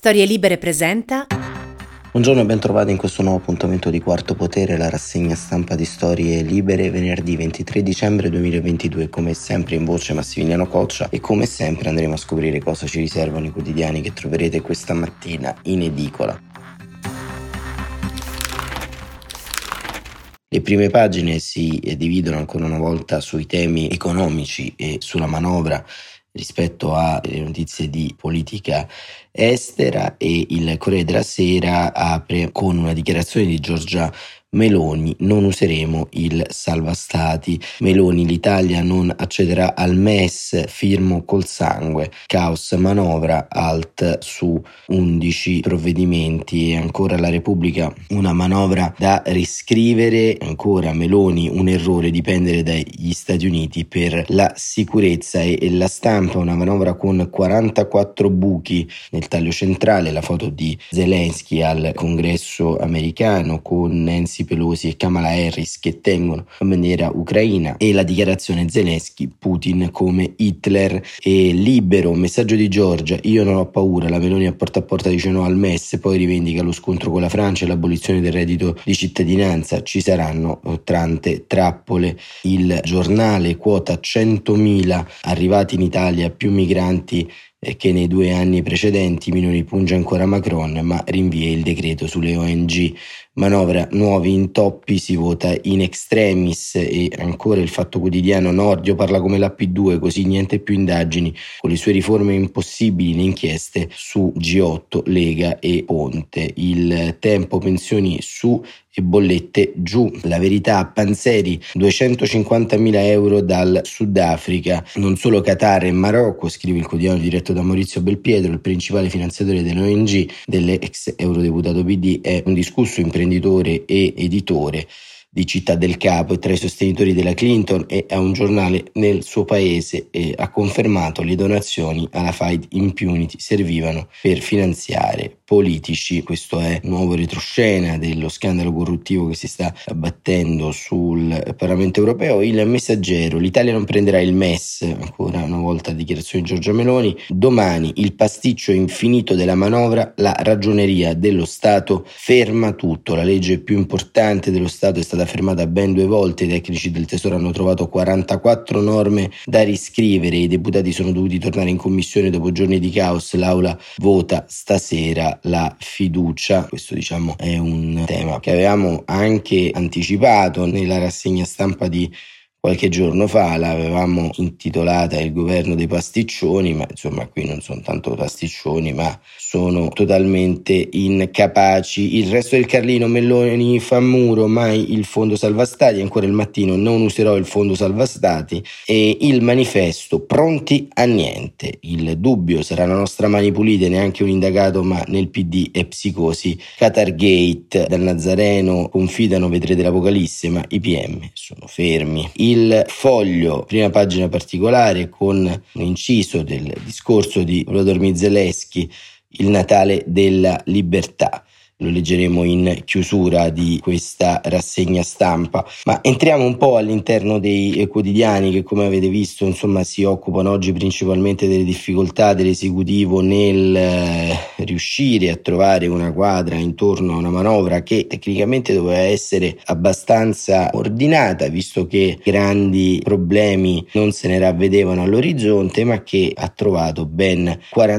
Storie Libere presenta. Buongiorno e ben trovati in questo nuovo appuntamento di Quarto Potere, la rassegna stampa di Storie Libere, venerdì 23 dicembre 2022. Come sempre in voce Massimiliano Coccia e come sempre andremo a scoprire cosa ci riservano i quotidiani che troverete questa mattina in edicola. Le prime pagine si dividono ancora una volta sui temi economici e sulla manovra rispetto alle notizie di politica estera, e il Corriere della Sera apre con una dichiarazione di Giorgia Meloni: non useremo il salva stati. Meloni: l'Italia non accederà al MES, firmo col sangue. Caos manovra, alt su 11 provvedimenti. E ancora La Repubblica: una manovra da riscrivere. Ancora Meloni: un errore dipendere dagli Stati Uniti per la sicurezza. E La Stampa: una manovra con 44 buchi. Nel taglio centrale la foto di Zelensky al congresso americano con Nancy Pelosi e Kamala Harris che tengono la bandiera ucraina, e la dichiarazione Zelensky: Putin come Hitler. E Libero: messaggio di Giorgia: io non ho paura. La Meloni a porta dice no al MES, poi rivendica lo scontro con la Francia e l'abolizione del reddito di cittadinanza. Ci saranno tante trappole. Il Giornale: quota 100.000 arrivati in Italia, più migranti che nei 2 anni precedenti. Meloni punge ancora Macron ma rinvia il decreto sulle ONG. Manovra, nuovi intoppi, si vota in extremis. E ancora Il Fatto Quotidiano: Nordio parla come la P2, così niente più indagini, con le sue riforme impossibili le inchieste su G8, Lega e Ponte. Il Tempo: pensioni su e bollette giù. La Verità: Panzeri, 250.000 euro dal Sudafrica. Non solo Qatar e Marocco, scrive il quotidiano diretto da Maurizio Belpietro, il principale finanziatore delle ONG dell'ex eurodeputato PD è un discusso imprenditore e editore di Città del Capo, e tra i sostenitori della Clinton, e a un giornale nel suo paese, e ha confermato le donazioni alla Fight Impunity servivano per finanziare politici. Questo è un nuovo retroscena dello scandalo corruttivo che si sta abbattendo sul Parlamento europeo. Il Messaggero: l'Italia non prenderà il MES, ancora una volta dichiarazione di Giorgia Meloni. Domani: il pasticcio infinito della manovra, la Ragioneria dello Stato ferma tutto. La legge più importante dello Stato è stata fermata ben 2 volte. I tecnici del Tesoro hanno trovato 44 norme da riscrivere. I deputati sono dovuti tornare in commissione dopo giorni di caos. L'aula vota stasera la fiducia. Questo è un tema che avevamo anche anticipato nella rassegna stampa di qualche giorno fa. L'avevamo intitolata Il governo dei pasticcioni, ma qui non sono tanto pasticcioni, ma sono totalmente incapaci. Il Resto del Carlino: Meloni fa muro, mai il fondo salva stati. Ancora Il Mattino: non userò il fondo salva stati. E Il Manifesto: pronti a niente. Il Dubbio: sarà la nostra mani pulite, neanche un indagato ma nel PD è psicosi. Qatargate: dal Nazareno confidano vedrete l'apocalisse, ma i PM sono fermi. Il Foglio, prima pagina particolare con un inciso del discorso di Volodymyr Zelensky: il Natale della libertà. Lo leggeremo in chiusura di questa rassegna stampa. Ma entriamo un po' all'interno dei quotidiani che, come avete visto, si occupano oggi principalmente delle difficoltà dell'esecutivo nel riuscire a trovare una quadra intorno a una manovra che tecnicamente doveva essere abbastanza ordinata, visto che grandi problemi non se ne ravvedevano all'orizzonte, ma che ha trovato ben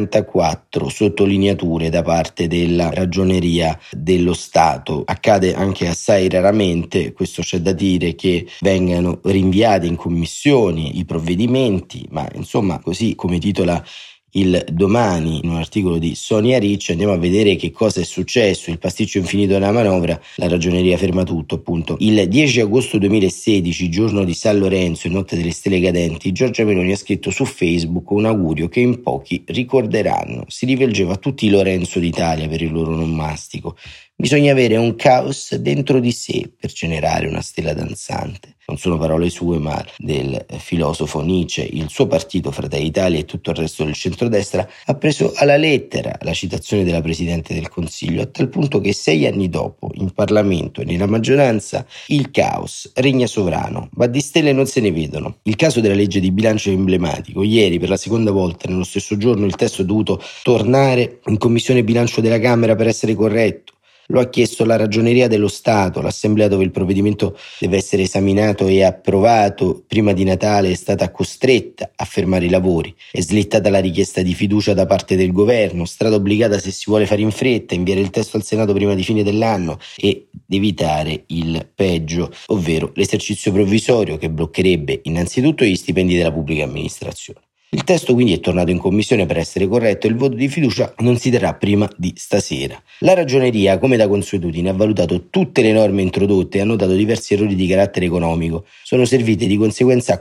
44 sottolineature da parte della Ragioneria dello Stato. Accade anche assai raramente, questo c'è da dire, che vengano rinviati in commissioni i provvedimenti, ma così come titola il Domani in un articolo di Sonia Ricci, andiamo a vedere che cosa è successo. Il pasticcio infinito della manovra, la Ragioneria ferma tutto. Appunto, il 10 agosto 2016, giorno di San Lorenzo e notte delle stelle cadenti, Giorgia Meloni ha scritto su Facebook un augurio che in pochi ricorderanno. Si rivolgeva a tutti i Lorenzo d'Italia per il loro nomastico. Bisogna avere un caos dentro di sé per generare una stella danzante. non sono parole sue ma del filosofo Nietzsche. Il suo partito, Fratelli d'Italia, e tutto il resto del centrodestra ha preso alla lettera la citazione della Presidente del Consiglio, a tal punto che 6 anni dopo in Parlamento e nella maggioranza il caos regna sovrano, ma di stelle non se ne vedono. Il caso della legge di bilancio è emblematico. Ieri, per la seconda volta nello stesso giorno, il testo è dovuto tornare in Commissione Bilancio della Camera per essere corretto. Lo ha chiesto la Ragioneria dello Stato, l'Assemblea dove il provvedimento deve essere esaminato e approvato prima di Natale è stata costretta a fermare i lavori. È slittata la richiesta di fiducia da parte del governo, strada obbligata se si vuole fare in fretta, inviare il testo al Senato prima di fine dell'anno e evitare il peggio, ovvero l'esercizio provvisorio che bloccherebbe innanzitutto gli stipendi della pubblica amministrazione. Il testo quindi è tornato in commissione per essere corretto e il voto di fiducia non si terrà prima di stasera. La Ragioneria, come da consuetudine, ha valutato tutte le norme introdotte e ha notato diversi errori di carattere economico. Sono servite di conseguenza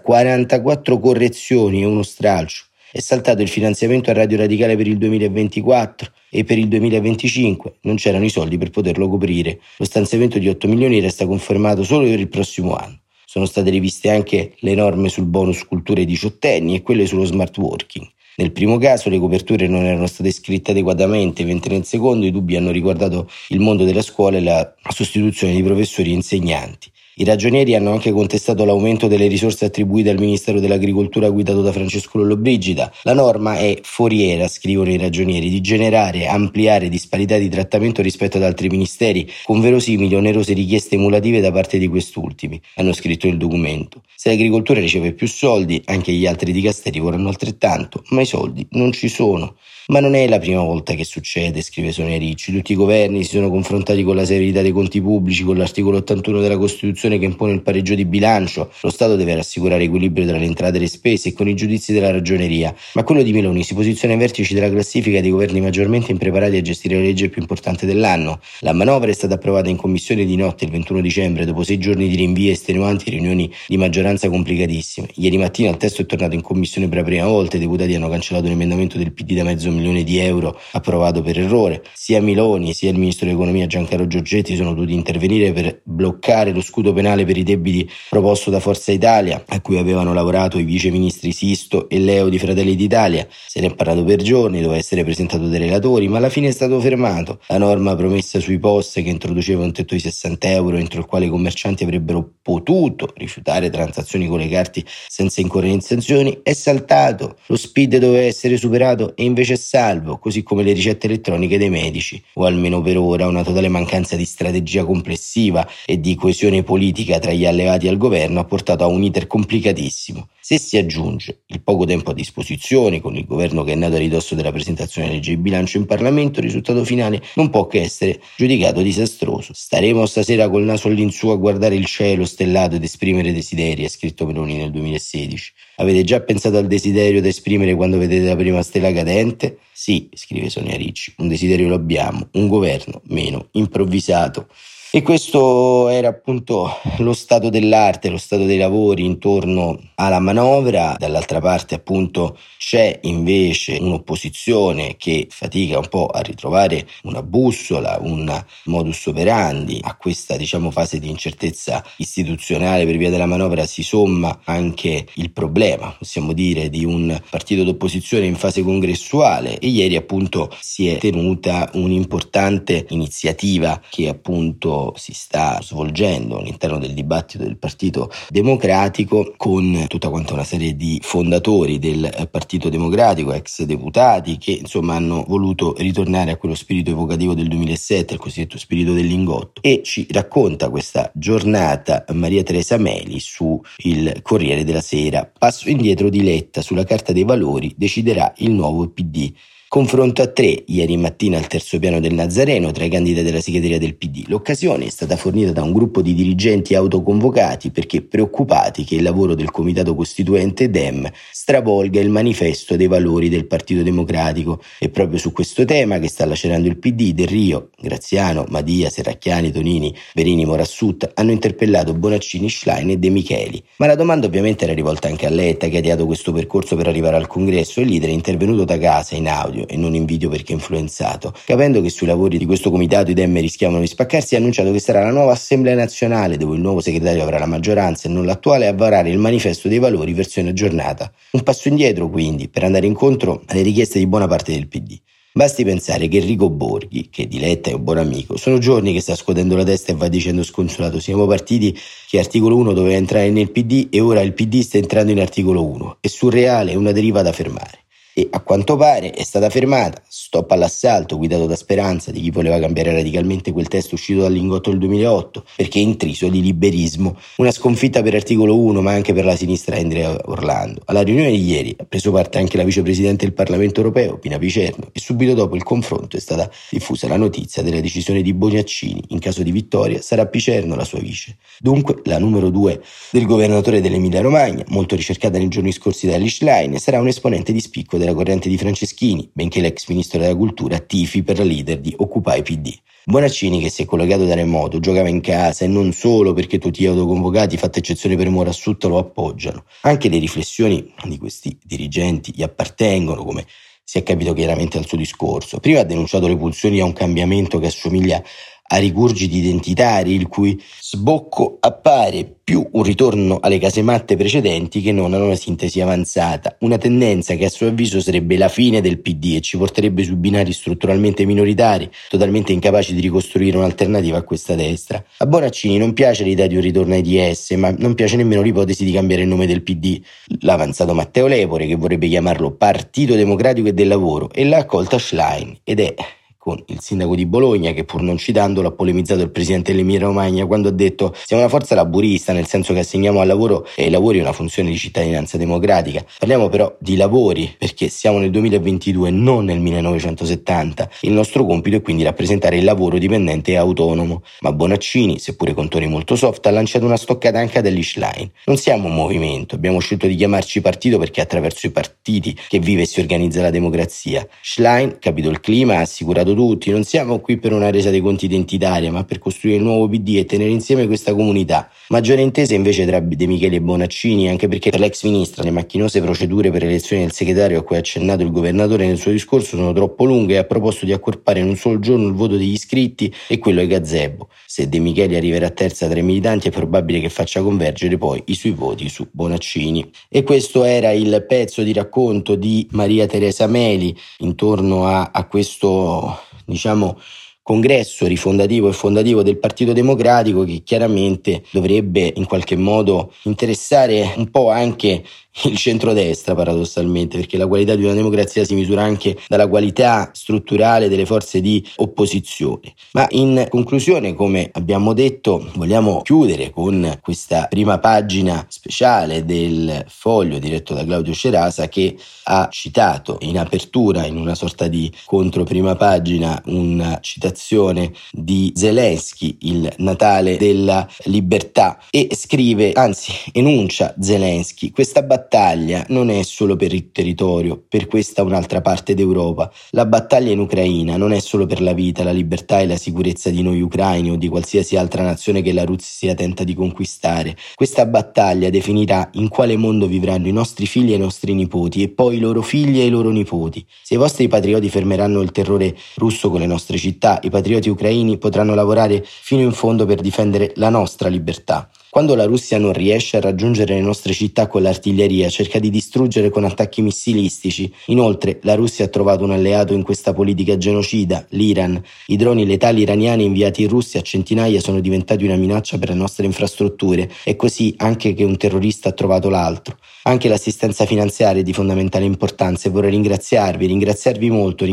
44 correzioni e uno stralcio. È saltato il finanziamento a Radio Radicale per il 2024 e per il 2025 non c'erano i soldi per poterlo coprire. Lo stanziamento di 8 milioni resta confermato solo per il prossimo anno. Sono state riviste anche le norme sul bonus cultura ai diciottenni e quelle sullo smart working. Nel primo caso le coperture non erano state scritte adeguatamente, mentre nel secondo i dubbi hanno riguardato il mondo della scuola e la sostituzione di professori e insegnanti. I ragionieri hanno anche contestato l'aumento delle risorse attribuite al Ministero dell'Agricoltura guidato da Francesco Lollobrigida. La norma è foriera, scrivono i ragionieri, di generare ampliare disparità di trattamento rispetto ad altri ministeri, con verosimili onerose richieste emulative da parte di quest'ultimi, hanno scritto nel documento. Se l'agricoltura riceve più soldi, anche gli altri dicasteri vorranno altrettanto, ma i soldi non ci sono. Ma non è la prima volta che succede, scrive Sonia Ricci. Tutti i governi si sono confrontati con la severità dei conti pubblici, con l'articolo 81 della Costituzione che impone il pareggio di bilancio. Lo Stato deve rassicurare equilibrio tra le entrate e le spese e con i giudizi della Ragioneria. Ma quello di Meloni si posiziona ai vertici della classifica dei governi maggiormente impreparati a gestire la legge più importante dell'anno. La manovra è stata approvata in commissione di notte il 21 dicembre, dopo 6 giorni di rinvii estenuanti e riunioni di maggioranza complicatissime. Ieri mattina il testo è tornato in commissione per la prima volta. I deputati hanno cancellato un emendamento del PD da $500 milioni approvato per errore. Sia Meloni sia il ministro dell'economia Giancarlo Giorgetti sono dovuti intervenire per bloccare lo scudo penale per i debiti proposto da Forza Italia, a cui avevano lavorato i vice ministri Sisto e Leo di Fratelli d'Italia. Se ne è parlato per giorni, doveva essere presentato dai relatori, ma alla fine è stato fermato. La norma promessa sui POS, che introduceva un tetto di €60 entro il quale i commercianti avrebbero potuto rifiutare transazioni con le carte senza incorrere in sanzioni, è saltato. Lo SPID doveva essere superato e invece è salvo, così come le ricette elettroniche dei medici, o almeno per ora una totale mancanza di strategia complessiva e di coesione politica tra gli alleati al governo ha portato a un iter complicatissimo. Se si aggiunge il poco tempo a disposizione, con il governo che è nato a ridosso della presentazione della legge di bilancio in Parlamento, il risultato finale non può che essere giudicato disastroso. Staremo stasera col naso all'insù a guardare il cielo stellato ed esprimere desideri, ha scritto Meloni nel 2016. Avete già pensato al desiderio da esprimere quando vedete la prima stella cadente? Sì, scrive Sonia Ricci, un desiderio lo abbiamo, un governo meno improvvisato. E questo era appunto lo stato dell'arte, lo stato dei lavori intorno alla manovra. Dall'altra parte appunto c'è invece un'opposizione che fatica un po' a ritrovare una bussola, un modus operandi. A questa fase di incertezza istituzionale per via della manovra si somma anche il problema, possiamo dire, di un partito d'opposizione in fase congressuale, e ieri appunto si è tenuta un'importante iniziativa che appunto si sta svolgendo all'interno del dibattito del Partito Democratico, con tutta quanta una serie di fondatori del Partito Democratico, ex deputati, che hanno voluto ritornare a quello spirito evocativo del 2007, il cosiddetto spirito del Lingotto. E ci racconta questa giornata Maria Teresa Meli su il Corriere della Sera. Passo indietro di Letta sulla Carta dei Valori, deciderà il nuovo PD. Confronto a 3 ieri mattina al terzo piano del Nazareno tra i candidati della segreteria del PD. L'occasione è stata fornita da un gruppo di dirigenti autoconvocati perché preoccupati che il lavoro del Comitato Costituente Dem stravolga il manifesto dei valori del Partito Democratico. E proprio su questo tema che sta lacerando il PD, Del Rio, Graziano, Madia, Serracchiani, Tonini, Verini, Morassut hanno interpellato Bonaccini, Schlein e De Micheli. Ma la domanda ovviamente era rivolta anche a Letta, che ha ideato questo percorso per arrivare al congresso. Il leader è intervenuto da casa in audio odio e non invidio perché influenzato. Capendo che sui lavori di questo comitato i dem rischiavano di spaccarsi, ha annunciato che sarà la nuova Assemblea Nazionale, dove il nuovo segretario avrà la maggioranza e non l'attuale, a varare il manifesto dei valori versione aggiornata. Un passo indietro, quindi, per andare incontro alle richieste di buona parte del PD. Basti pensare che Enrico Borghi, che di Letta è un buon amico, sono giorni che sta scuotendo la testa e va dicendo sconsolato: siamo partiti che articolo 1 doveva entrare nel PD e ora il PD sta entrando in articolo 1. È surreale, è una deriva da fermare. E a quanto pare è stata fermata. Stop all'assalto, guidato da Speranza, di chi voleva cambiare radicalmente quel testo uscito dal Lingotto del 2008, perché è intriso di liberismo. Una sconfitta per articolo 1, ma anche per la sinistra Andrea Orlando. Alla riunione di ieri ha preso parte anche la vicepresidente del Parlamento europeo, Pina Picerno, e subito dopo il confronto è stata diffusa la notizia della decisione di Bonaccini. In caso di vittoria sarà Picerno la sua vice. Dunque la numero 2 del governatore dell'Emilia Romagna, molto ricercata nei giorni scorsi da Schlein, sarà un esponente di spicco della corrente di Franceschini, benché l'ex ministro della cultura tifi per la leader di Occupy PD. Bonaccini, che si è collegato da remoto, giocava in casa, e non solo perché tutti gli autoconvocati, fatta eccezione per Morassutto, lo appoggiano. Anche le riflessioni di questi dirigenti gli appartengono, come si è capito chiaramente dal suo discorso. Prima ha denunciato le pulsioni a un cambiamento che assomiglia a rigurgiti identitari, il cui sbocco appare più un ritorno alle casematte precedenti che non a una sintesi avanzata, una tendenza che a suo avviso sarebbe la fine del PD e ci porterebbe su binari strutturalmente minoritari, totalmente incapaci di ricostruire un'alternativa a questa destra. A Bonaccini non piace l'idea di un ritorno ai DS, ma non piace nemmeno l'ipotesi di cambiare il nome del PD. L'ha avanzato Matteo Lepore, che vorrebbe chiamarlo Partito Democratico e del Lavoro, e l'ha accolta Schlein, ed è con il sindaco di Bologna che, pur non citandolo, ha polemizzato il presidente dell'Emilia Romagna quando ha detto: siamo una forza laburista, nel senso che assegniamo al lavoro e ai lavori una funzione di cittadinanza democratica. Parliamo però di lavori, perché siamo nel 2022, non nel 1970. Il nostro compito è quindi rappresentare il lavoro dipendente e autonomo. Ma Bonaccini, seppure con toni molto soft, ha lanciato una stoccata anche ad Schlein. Non siamo un movimento, abbiamo scelto di chiamarci partito perché è attraverso i partiti che vive e si organizza la democrazia. Schlein, capito il clima, ha assicurato tutti: non siamo qui per una resa dei conti identitaria, ma per costruire il nuovo PD e tenere insieme questa comunità. Maggiore intesa invece tra De Micheli e Bonaccini, anche perché per l'ex ministra le macchinose procedure per l'elezione del segretario a cui ha accennato il governatore nel suo discorso sono troppo lunghe e ha proposto di accorpare in un solo giorno il voto degli iscritti e quello ai gazebo. Se De Micheli arriverà terza tra i militanti è probabile che faccia convergere poi i suoi voti su Bonaccini. E questo era il pezzo di racconto di Maria Teresa Meli intorno a questo, congresso rifondativo e fondativo del Partito Democratico, che chiaramente dovrebbe in qualche modo interessare un po' anche il centrodestra, paradossalmente, perché la qualità di una democrazia si misura anche dalla qualità strutturale delle forze di opposizione. Ma in conclusione, come abbiamo detto, vogliamo chiudere con questa prima pagina speciale del Foglio diretto da Claudio Cerasa, che ha citato in apertura, in una sorta di controprima pagina, una citazione di Zelensky, il Natale della libertà, e scrive, anzi enuncia Zelensky: questa battaglia non è solo per il territorio, per questa un'altra parte d'Europa. La battaglia in Ucraina non è solo per la vita, la libertà e la sicurezza di noi ucraini o di qualsiasi altra nazione che la Russia tenta di conquistare. Questa battaglia definirà in quale mondo vivranno i nostri figli e i nostri nipoti, e poi i loro figli e i loro nipoti. Se i vostri patrioti fermeranno il terrore russo con le nostre città, i patrioti ucraini potranno lavorare fino in fondo per difendere la nostra libertà. Quando la Russia non riesce a raggiungere le nostre città con l'artiglieria, cerca di distruggere con attacchi missilistici. Inoltre, la Russia ha trovato un alleato in questa politica genocida, l'Iran. I droni letali iraniani inviati in Russia a centinaia sono diventati una minaccia per le nostre infrastrutture, e così anche che un terrorista ha trovato l'altro. Anche l'assistenza finanziaria è di fondamentale importanza, e vorrei ringraziarvi molto,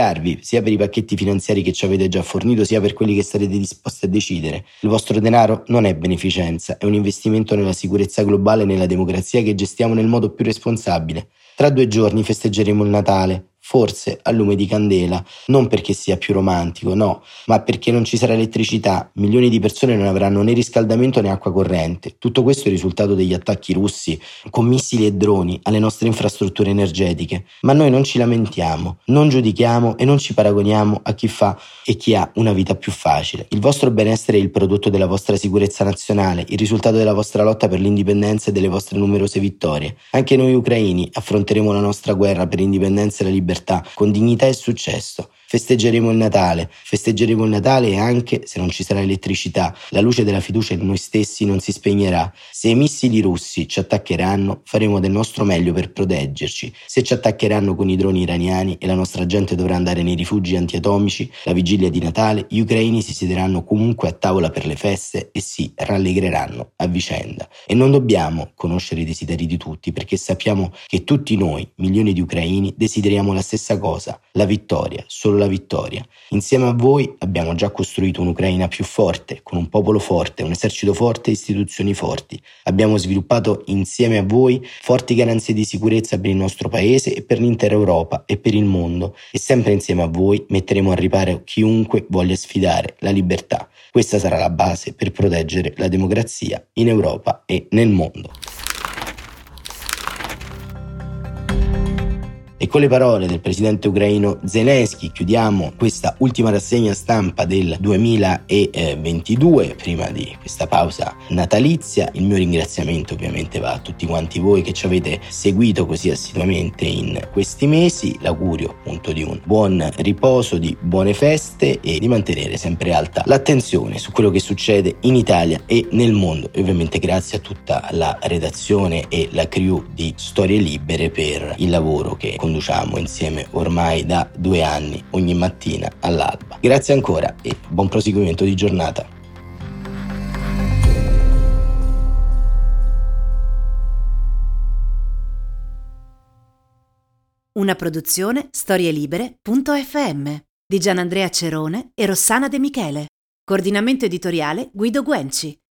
sia per i pacchetti finanziari che ci avete già fornito, sia per quelli che sarete disposti a decidere. Il vostro denaro non è beneficenza, è un investimento nella sicurezza globale e nella democrazia che gestiamo nel modo più responsabile. Tra 2 giorni festeggeremo il Natale, forse a lume di candela, non perché sia più romantico, no, ma perché non ci sarà elettricità, milioni di persone non avranno né riscaldamento né acqua corrente. Tutto questo è il risultato degli attacchi russi con missili e droni alle nostre infrastrutture energetiche. Ma noi non ci lamentiamo, non giudichiamo e non ci paragoniamo a chi fa e chi ha una vita più facile. Il vostro benessere è il prodotto della vostra sicurezza nazionale, il risultato della vostra lotta per l'indipendenza e delle vostre numerose vittorie. Anche noi ucraini affronteremo la nostra guerra per l'indipendenza e la libertà libertà con dignità e successo. Festeggeremo il Natale e anche se non ci sarà elettricità, la luce della fiducia in noi stessi non si spegnerà. Se i missili russi ci attaccheranno, faremo del nostro meglio per proteggerci. Se ci attaccheranno con i droni iraniani e la nostra gente dovrà andare nei rifugi antiatomici, la vigilia di Natale, gli ucraini si siederanno comunque a tavola per le feste e si rallegreranno a vicenda. E non dobbiamo conoscere i desideri di tutti, perché sappiamo che tutti noi, milioni di ucraini, desideriamo la stessa cosa, la vittoria, solo la vittoria. Insieme a voi abbiamo già costruito un'Ucraina più forte, con un popolo forte, un esercito forte e istituzioni forti. Abbiamo sviluppato insieme a voi forti garanzie di sicurezza per il nostro paese e per l'intera Europa e per il mondo, e sempre insieme a voi metteremo a riparo chiunque voglia sfidare la libertà. Questa sarà la base per proteggere la democrazia in Europa e nel mondo. E con le parole del presidente ucraino Zelensky chiudiamo questa ultima rassegna stampa del 2022, prima di questa pausa natalizia. Il mio ringraziamento ovviamente va a tutti quanti voi che ci avete seguito così assiduamente in questi mesi. L'augurio appunto di un buon riposo, di buone feste e di mantenere sempre alta l'attenzione su quello che succede in Italia e nel mondo. E ovviamente grazie a tutta la redazione e la crew di Storie Libere per il lavoro che conduciamo insieme ormai da 2 anni, ogni mattina all'alba. Grazie ancora e buon proseguimento di giornata. Una produzione storielibere.fm di Gianandrea Cerone e Rossana De Michele. Coordinamento editoriale Guido Guenci.